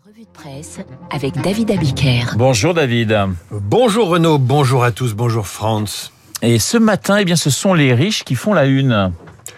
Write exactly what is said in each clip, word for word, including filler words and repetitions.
Revue de presse avec David Abiker. Bonjour David. Bonjour Renaud, bonjour à tous, bonjour France. Et ce matin, eh bien, ce sont les riches qui font la une.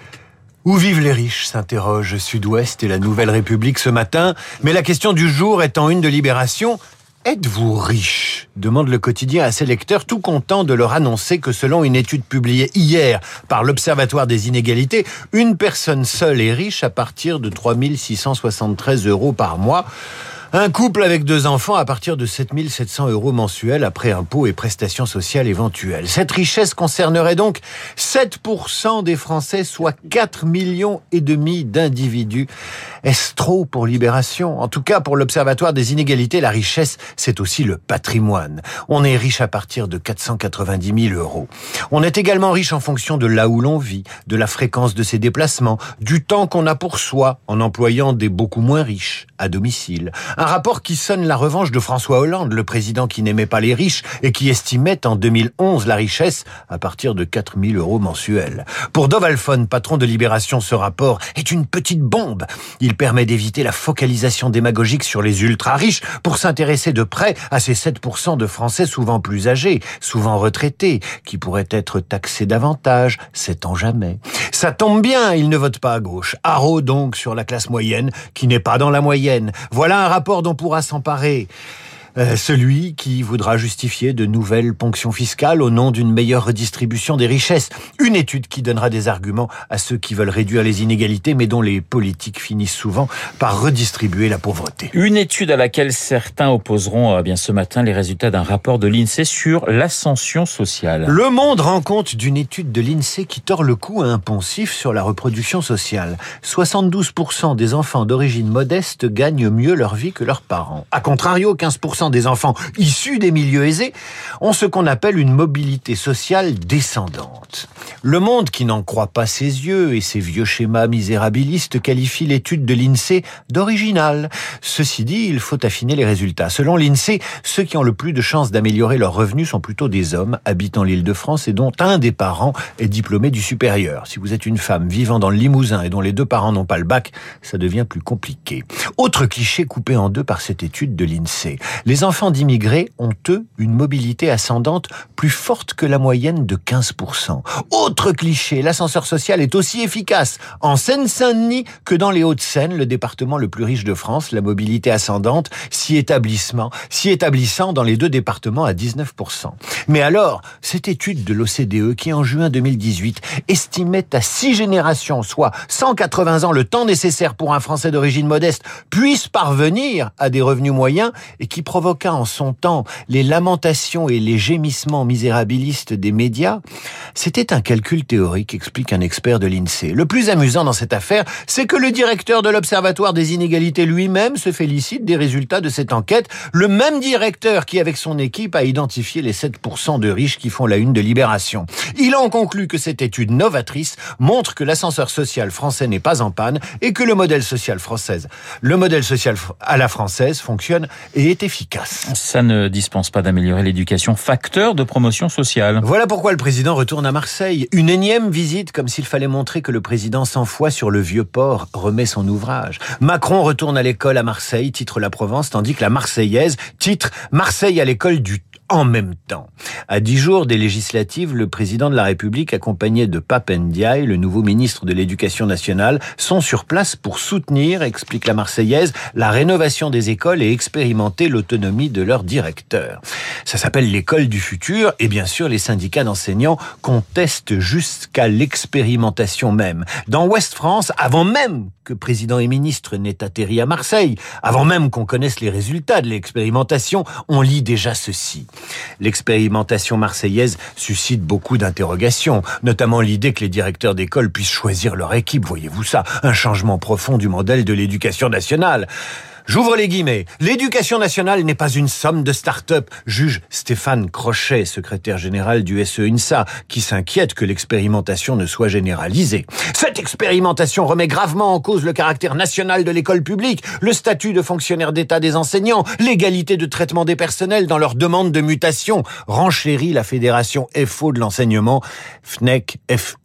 Où vivent les riches, s'interroge Sud-Ouest et la Nouvelle République ce matin. Mais la question du jour est en une de Libération. Êtes-vous riche ? Demande le quotidien à ses lecteurs, tout content de leur annoncer que selon une étude publiée hier par l'Observatoire des inégalités, une personne seule est riche à partir de trois mille six cent soixante-treize euros par mois. Un couple avec deux enfants à partir de sept mille sept cents euros mensuels après impôts et prestations sociales éventuelles. Cette richesse concernerait donc sept pour cent des Français, soit quatre millions et demi d'individus. Est-ce trop pour Libération ? En tout cas, pour l'Observatoire des inégalités, la richesse, c'est aussi le patrimoine. On est riche à partir de quatre cent quatre-vingt-dix mille euros. On est également riche en fonction de là où l'on vit, de la fréquence de ses déplacements, du temps qu'on a pour soi, en employant des beaucoup moins riches à domicile. Un rapport qui sonne la revanche de François Hollande, le président qui n'aimait pas les riches et qui estimait en deux mille onze la richesse à partir de quatre mille euros mensuels. Pour Dov Alphone, patron de Libération, ce rapport est une petite bombe. Il permet d'éviter la focalisation démagogique sur les ultra-riches pour s'intéresser de près à ces sept pour cent de Français souvent plus âgés, souvent retraités, qui pourraient être taxés davantage, sait-on jamais. Ça tombe bien, ils ne votent pas à gauche. Haro donc sur la classe moyenne, qui n'est pas dans la moyenne. Voilà un rapport dont pourra s'emparer euh, celui qui voudra justifier de nouvelles ponctions fiscales au nom d'une meilleure redistribution des richesses. Une étude qui donnera des arguments à ceux qui veulent réduire les inégalités, mais dont les politiques finissent souvent par redistribuer la pauvreté. Une étude à laquelle certains opposeront euh, bien ce matin les résultats d'un rapport de l'INSEE sur l'ascension sociale. Le Monde rend compte d'une étude de l'INSEE qui tord le cou à un poncif sur la reproduction sociale. soixante-douze pour cent des enfants d'origine modeste gagnent mieux leur vie que leurs parents. A contrario, quinze pour cent des enfants issus des milieux aisés ont ce qu'on appelle une mobilité sociale descendante. Le Monde, qui n'en croit pas ses yeux et ses vieux schémas misérabilistes, qualifie l'étude de l'INSEE d'originale. Ceci dit, il faut affiner les résultats. Selon l'INSEE, ceux qui ont le plus de chances d'améliorer leurs revenus sont plutôt des hommes habitant l'Île-de-France et dont un des parents est diplômé du supérieur. Si vous êtes une femme vivant dans le Limousin et dont les deux parents n'ont pas le bac, ça devient plus compliqué. Autre cliché coupé en deux par cette étude de l'INSEE. Les enfants d'immigrés ont, eux, une mobilité ascendante plus forte que la moyenne de quinze pour cent. Autre cliché, l'ascenseur social est aussi efficace en Seine-Saint-Denis que dans les Hauts-de-Seine, le département le plus riche de France. La mobilité ascendante s'y établissement, s'y établissant dans les deux départements à dix-neuf pour cent. Mais alors, cette étude de l'O C D E qui, en juin deux mille dix-huit, estimait à six générations, soit cent quatre-vingts ans, le temps nécessaire pour un Français d'origine modeste puisse parvenir à des revenus moyens et qui provoqua en son temps les lamentations et les gémissements misérabilistes des médias, c'était un calcul théorique, explique un expert de l'INSEE. Le plus amusant dans cette affaire, c'est que le directeur de l'Observatoire des inégalités lui-même se félicite des résultats de cette enquête. Le même directeur qui, avec son équipe, a identifié les sept pour cent de riches qui font la une de Libération. Il en conclut que cette étude novatrice montre que l'ascenseur social français n'est pas en panne et que le modèle social française, le modèle social à la française fonctionne et est efficace. Ça ne dispense pas d'améliorer l'éducation, facteur de promotion sociale. Voilà pourquoi le président retourne à Marseille. Une énième visite, comme s'il fallait montrer que le président cent fois sur le vieux port remet son ouvrage. Macron retourne à l'école à Marseille, titre La Provence, tandis que la Marseillaise titre Marseille à l'école du en même temps. À dix jours des législatives, le président de la République, accompagné de Pape Ndiaye, le nouveau ministre de l'Éducation nationale, sont sur place pour soutenir, explique la Marseillaise, la rénovation des écoles et expérimenter l'autonomie de leurs directeurs. Ça s'appelle l'école du futur et bien sûr les syndicats d'enseignants contestent jusqu'à l'expérimentation même. Dans Ouest France, avant même que président et ministre n'aient atterri à Marseille, avant même qu'on connaisse les résultats de l'expérimentation, on lit déjà ceci. L'expérimentation marseillaise suscite beaucoup d'interrogations, notamment l'idée que les directeurs d'école puissent choisir leur équipe. Voyez-vous ça, un changement profond du modèle de l'éducation nationale. J'ouvre les guillemets. L'éducation nationale n'est pas une somme de start-up, juge Stéphane Crochet, secrétaire général du S E U N S A, qui s'inquiète que l'expérimentation ne soit généralisée. Cette expérimentation remet gravement en cause le caractère national de l'école publique, le statut de fonctionnaire d'État des enseignants, l'égalité de traitement des personnels dans leur demande de mutation, renchérit la fédération F O de l'enseignement, F N E C, F P,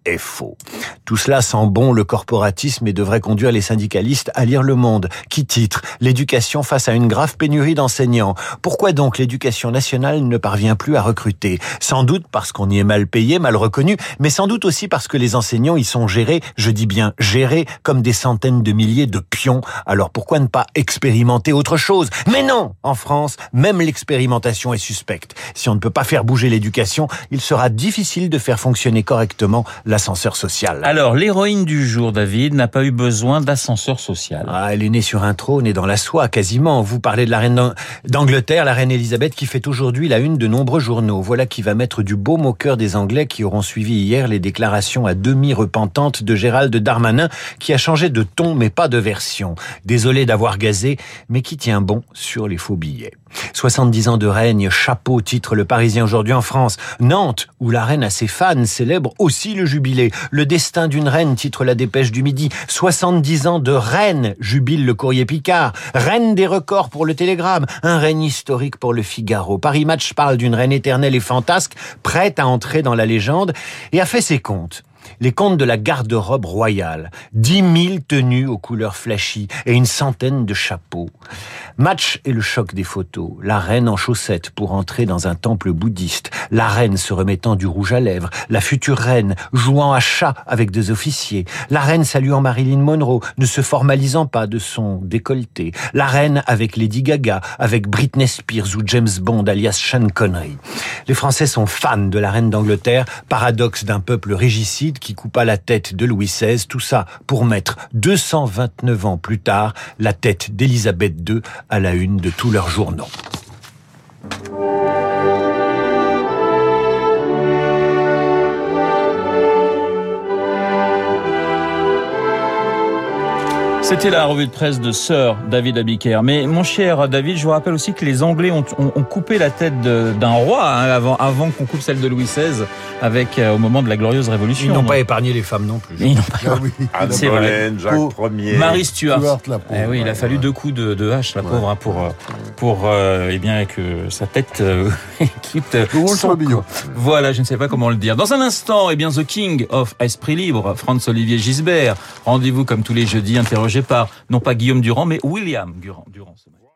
est faux. Tout cela sent bon le corporatisme et devrait conduire les syndicalistes à lire Le Monde, qui titre « L'éducation face à une grave pénurie d'enseignants ». Pourquoi donc l'éducation nationale ne parvient plus à recruter ? Sans doute parce qu'on y est mal payé, mal reconnu, mais sans doute aussi parce que les enseignants y sont gérés, je dis bien gérés, comme des centaines de milliers de pions. Alors pourquoi ne pas expérimenter autre chose ? Mais non ! En France, même l'expérimentation est suspecte. Si on ne peut pas faire bouger l'éducation, il sera difficile de faire fonctionner correctement l'ascenseur social. Alors, l'héroïne du jour, David, n'a pas eu besoin d'ascenseur social. Ah, elle est née sur un trône et dans la soie, quasiment. Vous parlez de la reine d'Angleterre, la reine Elisabeth, qui fait aujourd'hui la une de nombreux journaux. Voilà qui va mettre du baume au cœur des Anglais qui auront suivi hier les déclarations à demi repentantes de Gérald Darmanin, qui a changé de ton mais pas de version. Désolé d'avoir gazé, mais qui tient bon sur les faux billets. soixante-dix ans de règne, chapeau, titre Le Parisien aujourd'hui en France. Nantes, où la reine a ses fans, célèbre aussi le jubilé. Le destin d'une reine, titre La Dépêche du Midi. soixante-dix ans de reine, jubile le Courrier Picard. Reine des records pour le Télégramme. Un règne historique pour le Figaro. Paris Match parle d'une reine éternelle et fantasque, prête à entrer dans la légende, et a fait ses comptes. Les comptes de la garde-robe royale. Dix mille tenues aux couleurs flashy et une centaine de chapeaux. Match et le choc des photos. La reine en chaussettes pour entrer dans un temple bouddhiste. La reine se remettant du rouge à lèvres. La future reine jouant à chat avec deux officiers. La reine saluant Marilyn Monroe, ne se formalisant pas de son décolleté. La reine avec Lady Gaga, avec Britney Spears ou James Bond alias Sean Connery. Les Français sont fans de la reine d'Angleterre, paradoxe d'un peuple régicide qui coupa la tête de Louis seize, tout ça pour mettre deux cent vingt-neuf ans plus tard la tête d'Élisabeth deux à la une de tous leurs journaux. C'était la revue de presse de Sir David Abiker. Mais mon cher David, je vous rappelle aussi que les Anglais ont, ont, ont coupé la tête de, d'un roi hein, avant, avant qu'on coupe celle de Louis seize avec euh, au moment de la glorieuse Révolution. Ils n'ont donc. pas épargné les femmes non plus. Ils n'ont pas... Ah oui. Anne Boleyn, Jacques Ier, Marie Stuart. Stuart la pauvre, eh oui, il a fallu ouais. deux coups de, de hache, la Ouais. pauvre, hein, pour pour euh, eh bien que sa tête euh, quitte son corps. Voilà, je ne sais pas comment le dire. Dans un instant, eh bien The King of Esprit Libre, Franz-Olivier Gisbert. Rendez-vous comme tous les jeudis, interrogé par non pas Guillaume Durand, mais William Durand. Durand ce matin.